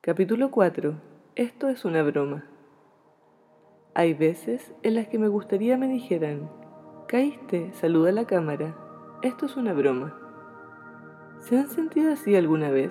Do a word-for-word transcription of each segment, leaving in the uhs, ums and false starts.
Capítulo cuatro. Esto es una broma. Hay veces en las que me gustaría me dijeran: caíste, saluda a la cámara. Esto es una broma. ¿Se han sentido así alguna vez?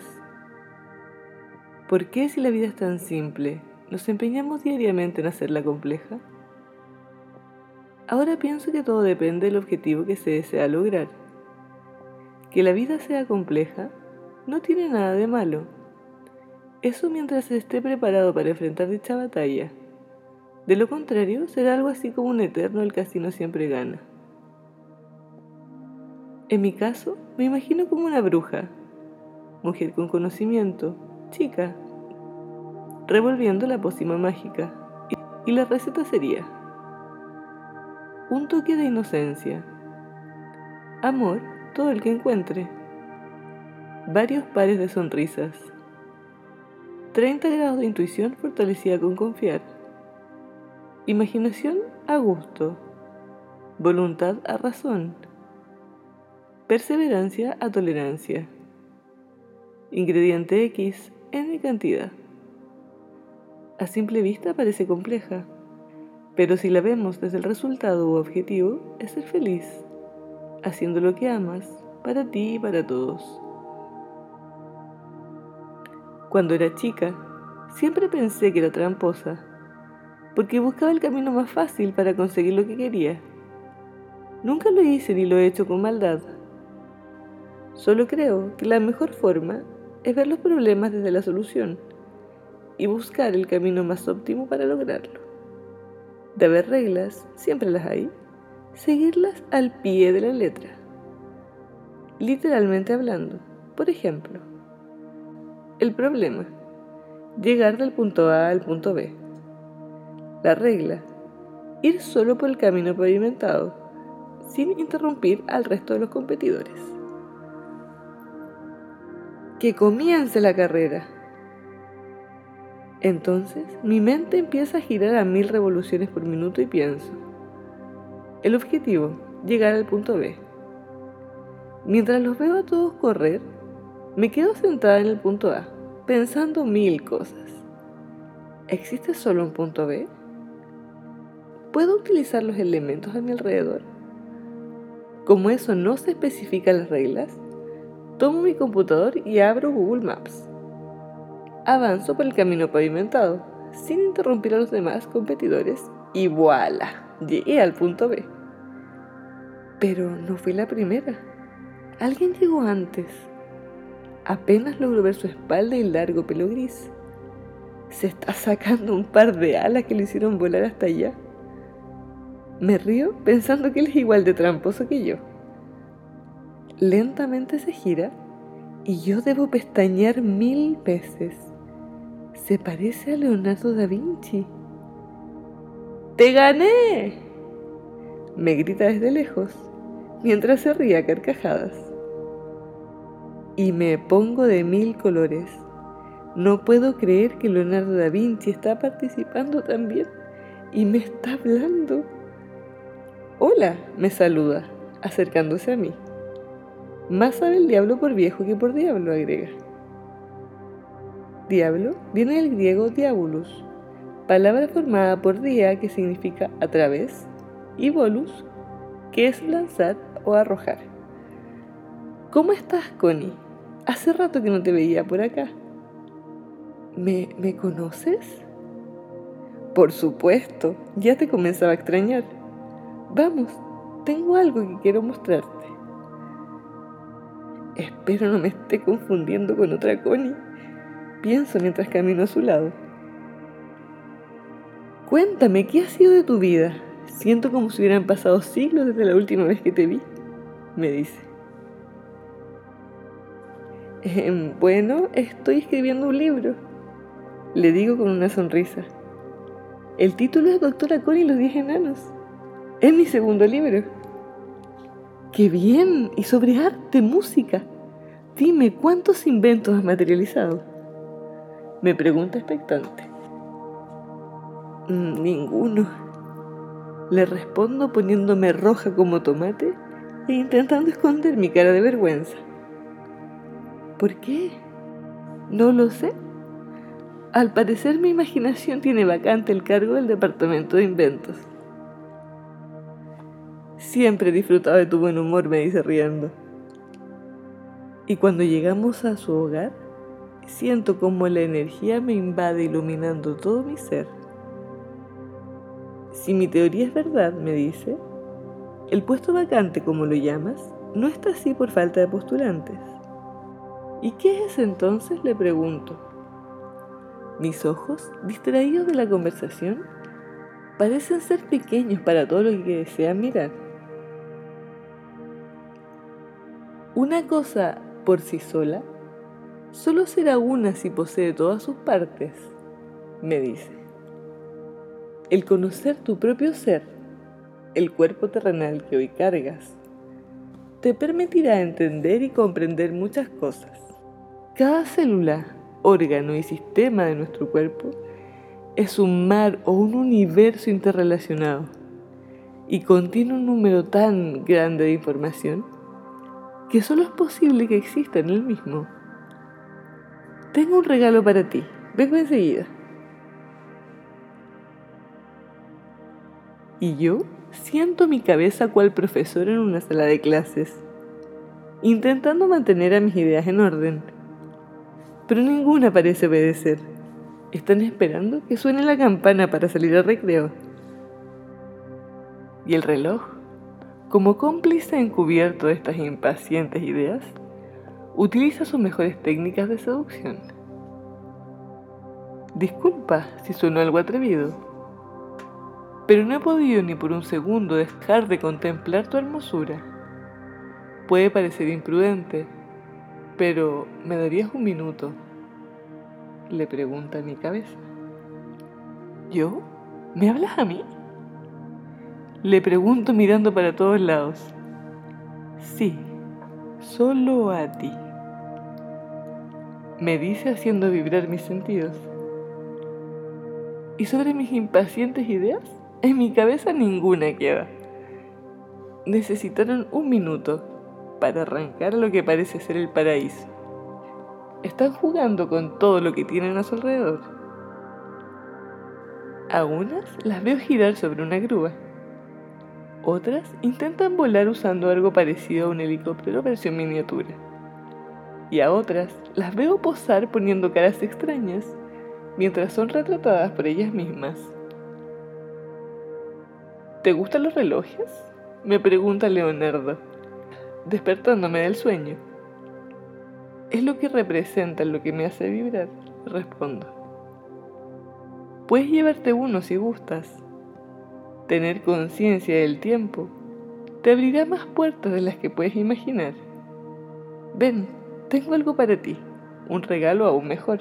¿Por qué, si la vida es tan simple, nos empeñamos diariamente en hacerla compleja? Ahora pienso que todo depende del objetivo que se desea lograr. Que la vida sea compleja no tiene nada de malo. Eso mientras se esté preparado para enfrentar dicha batalla. De lo contrario, será algo así como un eterno el casino siempre gana. En mi caso, me imagino como una bruja, mujer con conocimiento, chica, revolviendo la pócima mágica. Y la receta sería: un toque de inocencia, amor todo el que encuentre, varios pares de sonrisas, treinta grados de intuición fortalecida con confiar, imaginación a gusto, voluntad a razón, perseverancia a tolerancia, ingrediente X, N cantidad. A simple vista parece compleja, pero si la vemos desde el resultado u objetivo, es ser feliz, haciendo lo que amas, para ti y para todos. Cuando era chica, siempre pensé que era tramposa, porque buscaba el camino más fácil para conseguir lo que quería. Nunca lo hice ni lo he hecho con maldad. Solo creo que la mejor forma es ver los problemas desde la solución y buscar el camino más óptimo para lograrlo. De haber reglas, siempre las hay, seguirlas al pie de la letra. Literalmente hablando, por ejemplo, el problema: llegar del punto A al punto B. La regla: ir solo por el camino pavimentado, sin interrumpir al resto de los competidores. Que comience la carrera. Entonces, mi mente empieza a girar a mil revoluciones por minuto y pienso: el objetivo, llegar al punto B. Mientras los veo a todos correr, me quedo sentada en el punto A, pensando mil cosas. ¿Existe solo un punto B? ¿Puedo utilizar los elementos a mi alrededor? Como eso no se especifica en las reglas, tomo mi computador y abro Google Maps. Avanzo por el camino pavimentado, sin interrumpir a los demás competidores, y ¡voilá! Llegué al punto B. Pero no fui la primera. Alguien llegó antes. Apenas logro ver su espalda y largo pelo gris. Se está sacando un par de alas que lo hicieron volar hasta allá. Me río pensando que él es igual de tramposo que yo. Lentamente se gira y yo debo pestañear mil veces. Se parece a Leonardo da Vinci. ¡Te gané!, me grita desde lejos, mientras se ríe a carcajadas. Y me pongo de mil colores. No puedo creer que Leonardo da Vinci está participando también y me está hablando. Hola, me saluda, acercándose a mí. Más sabe el diablo por viejo que por diablo, agrega. Diablo viene del griego diabolus, palabra formada por dia, que significa a través, y bolus, que es lanzar o arrojar. ¿Cómo estás, Connie? Hace rato que no te veía por acá. ¿Me, ¿me conoces? Por supuesto, ya te comenzaba a extrañar. Vamos, tengo algo que quiero mostrarte. Espero no me esté confundiendo con otra Connie, pienso mientras camino a su lado. Cuéntame, ¿qué ha sido de tu vida? Siento como si hubieran pasado siglos desde la última vez que te vi, me dice. Eh, bueno, estoy escribiendo un libro, le digo con una sonrisa. El título es Doctora Connie y los diez enanos. Es mi segundo libro. ¡Qué bien! Y sobre arte, música. Dime, ¿cuántos inventos has materializado? Me pregunta expectante. Ninguno. Le respondo poniéndome roja como tomate e intentando esconder mi cara de vergüenza. ¿Por qué? No lo sé. al parecer mi imaginación tiene vacante el cargo del departamento de inventos. Siempre he disfrutado de tu buen humor, me dice riendo. Y cuando llegamos a su hogar, siento como la energía me invade iluminando todo mi ser. Si mi teoría es verdad, me dice, el puesto vacante, como lo llamas, no está así por falta de postulantes. ¿Y qué es entonces?, le pregunto. Mis ojos, distraídos de la conversación, parecen ser pequeños para todo lo que desean mirar. Una cosa por sí sola solo será una si posee todas sus partes, me dice. El conocer tu propio ser, el cuerpo terrenal que hoy cargas, te permitirá entender y comprender muchas cosas. Cada célula, órgano y sistema de nuestro cuerpo es un mar o un universo interrelacionado y contiene un número tan grande de información que solo es posible que exista en él mismo. Tengo un regalo para ti, vengo enseguida. Y yo siento mi cabeza cual profesor en una sala de clases, intentando mantener a mis ideas en orden, pero ninguna parece obedecer. Están esperando que suene la campana para salir al recreo. Y el reloj, como cómplice encubierto de estas impacientes ideas, utiliza sus mejores técnicas de seducción. Disculpa si sueno algo atrevido, pero no he podido ni por un segundo dejar de contemplar tu hermosura. Puede parecer imprudente, pero ¿me darías un minuto?, le pregunta mi cabeza. ¿Yo? ¿Me hablas a mí?, le pregunto mirando para todos lados. Sí, solo a ti, me dice haciendo vibrar mis sentidos. ¿Y sobre mis impacientes ideas? En mi cabeza ninguna queda. Necesitaron un minuto para arrancar lo que parece ser el paraíso. Están jugando con todo lo que tienen a su alrededor. A unas las veo girar sobre una grúa. Otras intentan volar usando algo parecido a un helicóptero versión miniatura. Y a otras las veo posar poniendo caras extrañas mientras son retratadas por ellas mismas. ¿Te gustan los relojes?, me pregunta Leonardo, despertándome del sueño. Es lo que representan lo que me hace vibrar, respondo. Puedes llevarte uno si gustas. Tener conciencia del tiempo te abrirá más puertas de las que puedes imaginar. Ven, tengo algo para ti, un regalo aún mejor.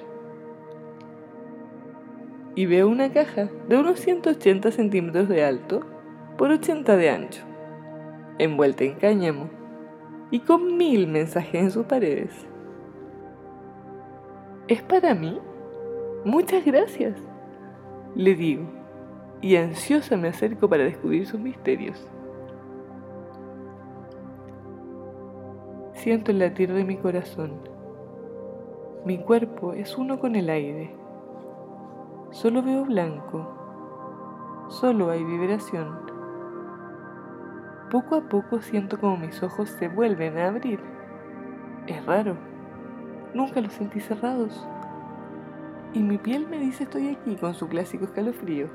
Y veo una caja de unos ciento ochenta centímetros de alto por ochenta de ancho, envuelta en cáñamo y con mil mensajes en sus paredes. ¿Es para mí? Muchas gracias, le digo, y ansiosa me acerco para descubrir sus misterios. Siento el latir de mi corazón. Mi cuerpo es uno con el aire. Solo veo blanco. Solo hay vibración. Poco a poco siento como mis ojos se vuelven a abrir. Es raro. Nunca los sentí cerrados. Y mi piel me dice estoy aquí con su clásico escalofrío.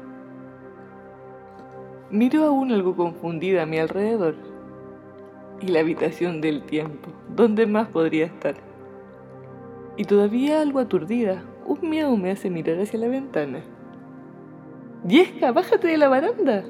Miro aún algo confundida a mi alrededor. Y la habitación del tiempo, ¿dónde más podría estar? Y todavía algo aturdida, un miedo me hace mirar hacia la ventana. ¡Yesca, bájate de la baranda!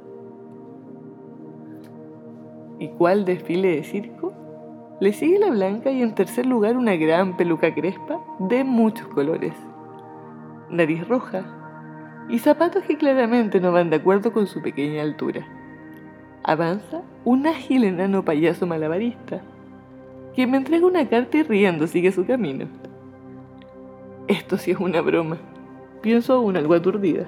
¿Y cuál desfile de circo? Le sigue la blanca y en tercer lugar una gran peluca crespa de muchos colores, nariz roja y zapatos que claramente no van de acuerdo con su pequeña altura. Avanza un ágil enano payaso malabarista, que me entrega una carta y riendo sigue su camino. Esto sí es una broma, pienso aún algo aturdida.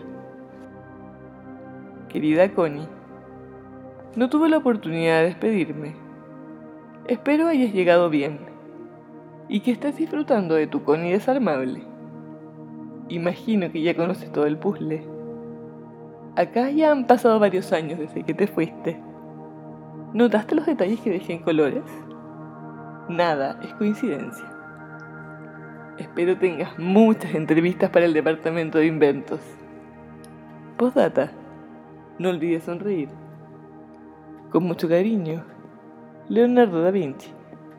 Querida Connie, no tuve la oportunidad de despedirme. Espero hayas llegado bien y que estés disfrutando de tu Connie desarmable. Imagino que ya conoces todo el puzzle. Acá ya han pasado varios años desde que te fuiste. ¿Notaste los detalles que dejé en colores? Nada es coincidencia. Espero tengas muchas entrevistas para el departamento de inventos. Postdata, no olvides sonreír. Con mucho cariño, Leonardo da Vinci.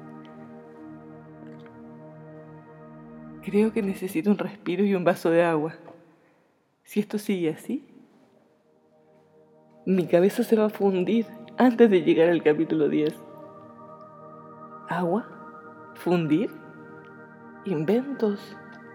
Creo que necesito un respiro y un vaso de agua. Si esto sigue así, mi cabeza se va a fundir antes de llegar al capítulo diez. ¿Agua? ¿Fundir? ¿Inventos?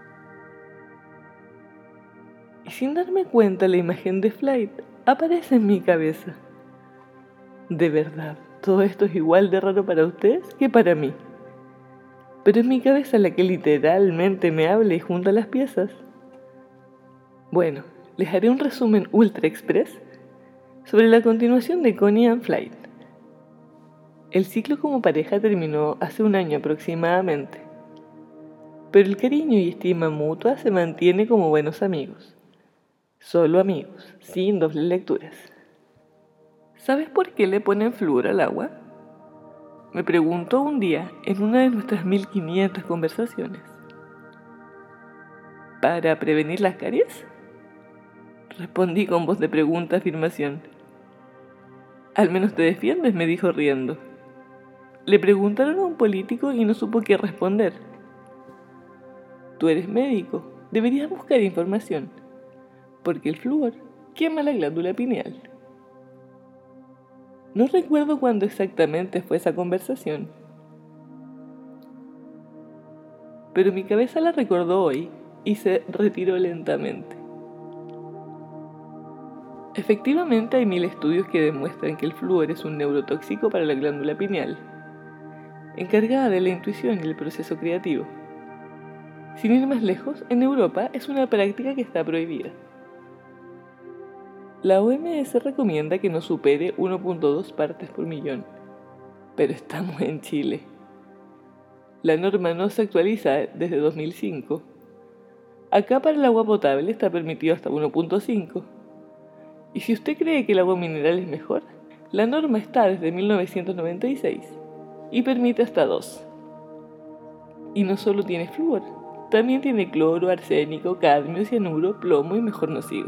Y sin darme cuenta, la imagen de Flight aparece en mi cabeza. De verdad, todo esto es igual de raro para ustedes que para mí. Pero es mi cabeza la que literalmente me habla y junta las piezas. Bueno, les haré un resumen ultra express sobre la continuación de Connie and Flight. El ciclo como pareja terminó hace un año aproximadamente, pero el cariño y estima mutua se mantiene como buenos amigos. Solo amigos, sin dobles lecturas. ¿Sabes por qué le ponen flúor al agua? Me preguntó un día en una de nuestras mil quinientas conversaciones. ¿Para prevenir las caries? Respondí con voz de pregunta-afirmación. Al menos te defiendes, me dijo riendo. Le preguntaron a un político y no supo qué responder. Tú eres médico, deberías buscar información, porque el flúor quema la glándula pineal. No recuerdo cuándo exactamente fue esa conversación, pero mi cabeza la recordó hoy y se retiró lentamente. Efectivamente, hay mil estudios que demuestran que el flúor es un neurotóxico para la glándula pineal, encargada de la intuición y el proceso creativo. Sin ir más lejos, en Europa es una práctica que está prohibida. La O M S recomienda que no supere uno punto dos partes por millón, pero estamos en Chile. La norma no se actualiza desde dos mil cinco. Acá para el agua potable está permitido hasta uno punto cinco. Y si usted cree que el agua mineral es mejor, la norma está desde mil novecientos noventa y seis y permite hasta dos. Y no solo tiene flúor, también tiene cloro, arsénico, cadmio, cianuro, plomo y mejor nocivo.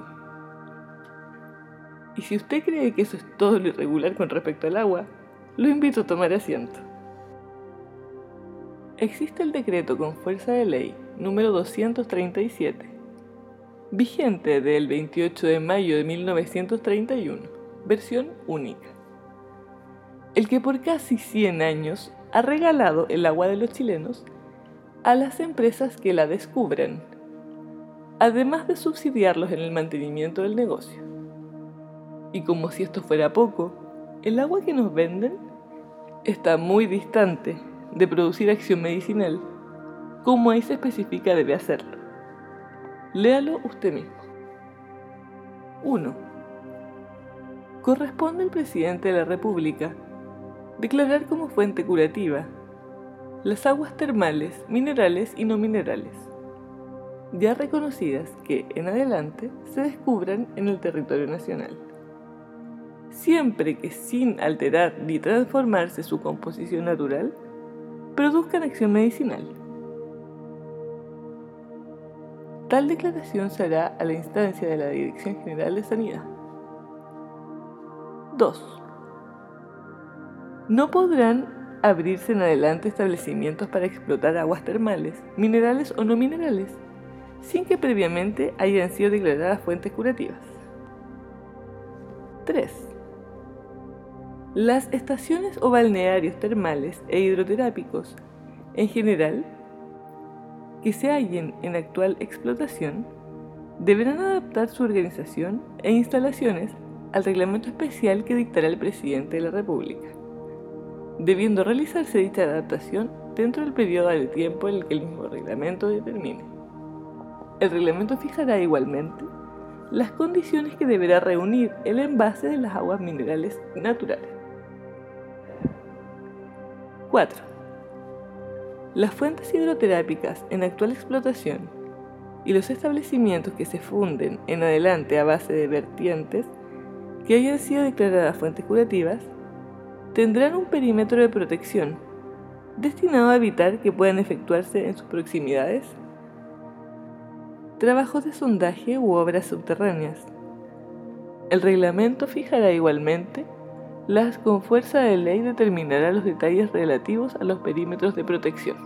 Y si usted cree que eso es todo lo irregular con respecto al agua, lo invito a tomar asiento. Existe el decreto con fuerza de ley número doscientos treinta y siete, vigente del veintiocho de mayo de mil novecientos treinta y uno, versión única, el que por casi cien años ha regalado el agua de los chilenos a las empresas que la descubran, además de subsidiarlos en el mantenimiento del negocio. Y como si esto fuera poco, el agua que nos venden está muy distante de producir acción medicinal, como ahí se especifica debe hacerlo. Léalo usted mismo. uno. Corresponde al presidente de la República declarar como fuente curativa las aguas termales, minerales y no minerales, ya reconocidas que en adelante se descubran en el territorio nacional, siempre que sin alterar ni transformarse su composición natural, produzcan acción medicinal. Tal declaración se hará a la instancia de la Dirección General de Sanidad. dos. No podrán abrirse en adelante establecimientos para explotar aguas termales, minerales o no minerales, sin que previamente hayan sido declaradas fuentes curativas. tres. Las estaciones o balnearios termales e hidroterápicos, en general, que se hallen en actual explotación, deberán adaptar su organización e instalaciones al reglamento especial que dictará el presidente de la República, debiendo realizarse dicha adaptación dentro del periodo de tiempo en el que el mismo reglamento determine. El reglamento fijará igualmente las condiciones que deberá reunir el envase de las aguas minerales naturales. cuatro. Las fuentes hidroterápicas en actual explotación, y los establecimientos que se funden en adelante a base de vertientes que hayan sido declaradas fuentes curativas tendrán un perímetro de protección destinado a evitar que puedan efectuarse en sus proximidades trabajos de sondaje u obras subterráneas. El reglamento fijará igualmente las con fuerza de ley determinará los detalles relativos a los perímetros de protección.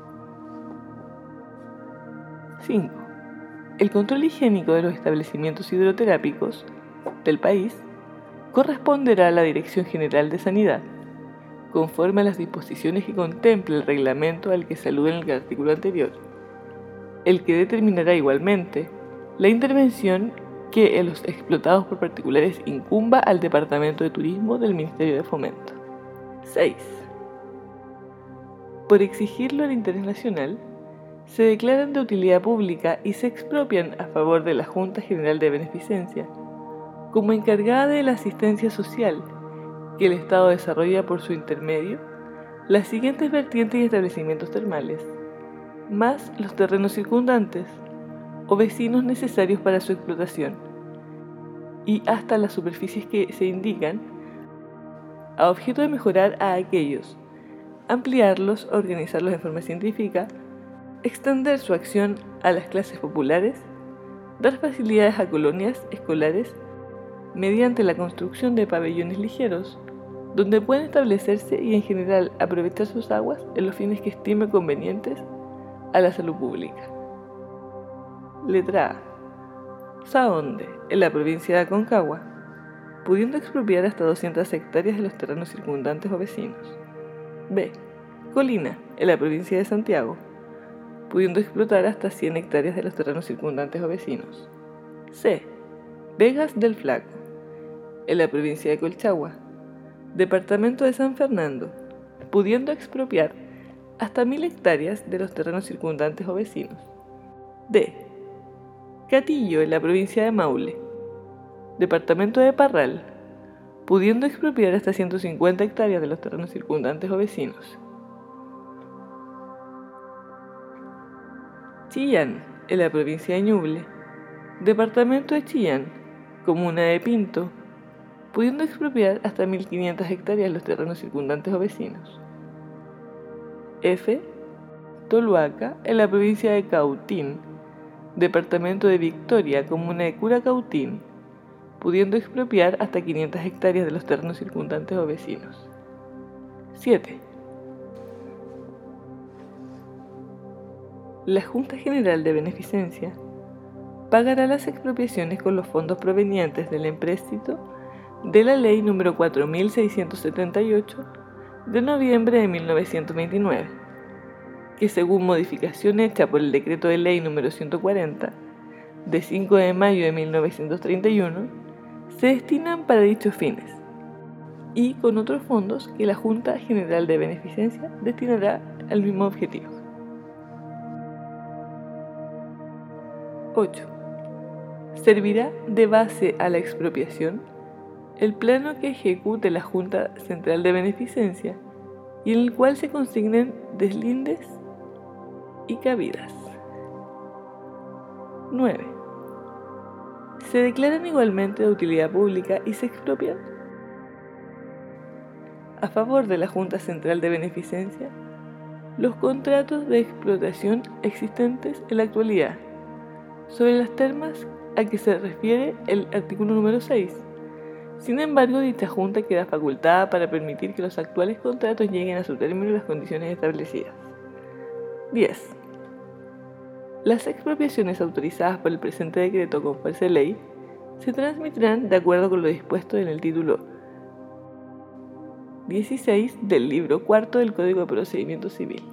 cinco. El control higiénico de los establecimientos hidroterápicos del país corresponderá a la Dirección General de Sanidad, conforme a las disposiciones que contemple el reglamento al que se alude en el artículo anterior, el que determinará igualmente la intervención que en los explotados por particulares incumba al Departamento de Turismo del Ministerio de Fomento. seis. Por exigirlo al interés nacional, se declaran de utilidad pública y se expropian a favor de la Junta General de Beneficencia, como encargada de la asistencia social que el Estado desarrolla por su intermedio, las siguientes vertientes y establecimientos termales, más los terrenos circundantes o vecinos necesarios para su explotación, y hasta las superficies que se indican, a objeto de mejorar a aquellos, ampliarlos, organizarlos de forma científica, extender su acción a las clases populares, dar facilidades a colonias escolares mediante la construcción de pabellones ligeros, donde pueden establecerse y en general aprovechar sus aguas en los fines que estime convenientes a la salud pública. Letra A. Saonde, en la provincia de Aconcagua, pudiendo expropiar hasta doscientas hectáreas de los terrenos circundantes o vecinos. B. Colina, en la provincia de Santiago, pudiendo explotar hasta cien hectáreas de los terrenos circundantes o vecinos. C. Vegas del Flaco, en la provincia de Colchagua, departamento de San Fernando, pudiendo expropiar hasta mil hectáreas de los terrenos circundantes o vecinos. D. Catillo, en la provincia de Maule, departamento de Parral, pudiendo expropiar hasta ciento cincuenta hectáreas de los terrenos circundantes o vecinos. Chillán, en la provincia de Ñuble, departamento de Chillán, comuna de Pinto, pudiendo expropiar hasta mil quinientas hectáreas de los terrenos circundantes o vecinos. F. Toluaca, en la provincia de Cautín, departamento de Victoria, comuna de Curacautín, pudiendo expropiar hasta quinientas hectáreas de los terrenos circundantes o vecinos. siete. La Junta General de Beneficencia pagará las expropiaciones con los fondos provenientes del empréstito de la Ley número cuatro mil seiscientos setenta y ocho de noviembre de mil novecientos veintinueve, que según modificación hecha por el Decreto de Ley número ciento cuarenta de cinco de mayo de mil novecientos treinta y uno, se destinan para dichos fines, y con otros fondos que la Junta General de Beneficencia destinará al mismo objetivo. ocho. Servirá de base a la expropiación el plano que ejecute la Junta Central de Beneficencia y en el cual se consignen deslindes y cabidas. nueve. Se declaran igualmente de utilidad pública y se expropian a favor de la Junta Central de Beneficencia los contratos de explotación existentes en la actualidad, sobre las termas a que se refiere el artículo número seis. Sin embargo, dicha Junta queda facultada para permitir que los actuales contratos lleguen a su término en las condiciones establecidas. diez. Las expropiaciones autorizadas por el presente decreto con fuerza de ley se transmitirán de acuerdo con lo dispuesto en el título dieciséis del libro cuarto del Código de Procedimiento Civil.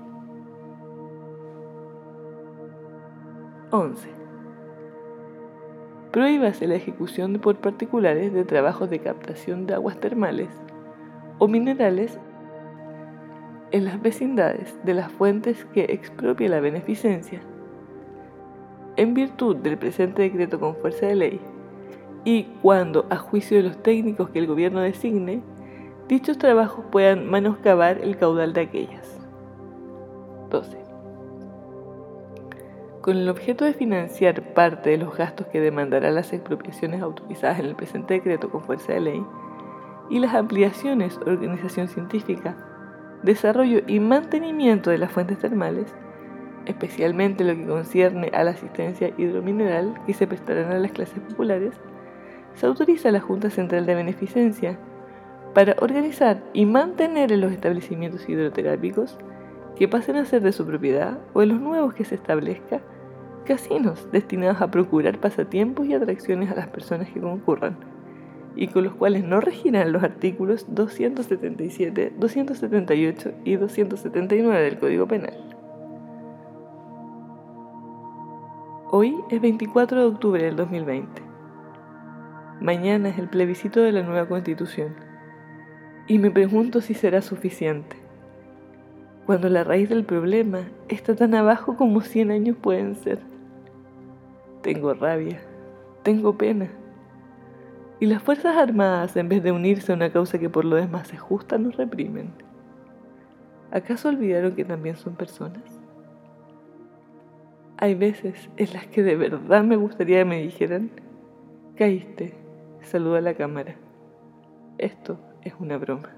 once. Prohíbase la ejecución por particulares de trabajos de captación de aguas termales o minerales en las vecindades de las fuentes que expropia la beneficencia, en virtud del presente decreto con fuerza de ley, y cuando, a juicio de los técnicos que el gobierno designe, dichos trabajos puedan menoscabar el caudal de aquellas. doce. con el objeto de financiar parte de los gastos que demandarán las expropiaciones autorizadas en el presente decreto con fuerza de ley, y las ampliaciones, organización científica, desarrollo y mantenimiento de las fuentes termales, especialmente lo que concierne a la asistencia hidromineral que se prestarán a las clases populares, se autoriza a la Junta Central de Beneficencia para organizar y mantener en los establecimientos hidroterápicos que pasen a ser de su propiedad o en los nuevos que se establezca casinos destinados a procurar pasatiempos y atracciones a las personas que concurran, y con los cuales no regirán los artículos doscientos setenta y siete, doscientos setenta y ocho y doscientos setenta y nueve del Código Penal. Hoy es veinticuatro de octubre del dos mil veinte. Mañana es el plebiscito de la nueva Constitución, y me pregunto si será suficiente, cuando la raíz del problema está tan abajo como cien años pueden ser. Tengo rabia, tengo pena. Y las Fuerzas Armadas, en vez de unirse a una causa que por lo demás es justa, nos reprimen. ¿Acaso olvidaron que también son personas? Hay veces en las que de verdad me gustaría que me dijeran: caíste, saluda a la cámara. Esto es una broma.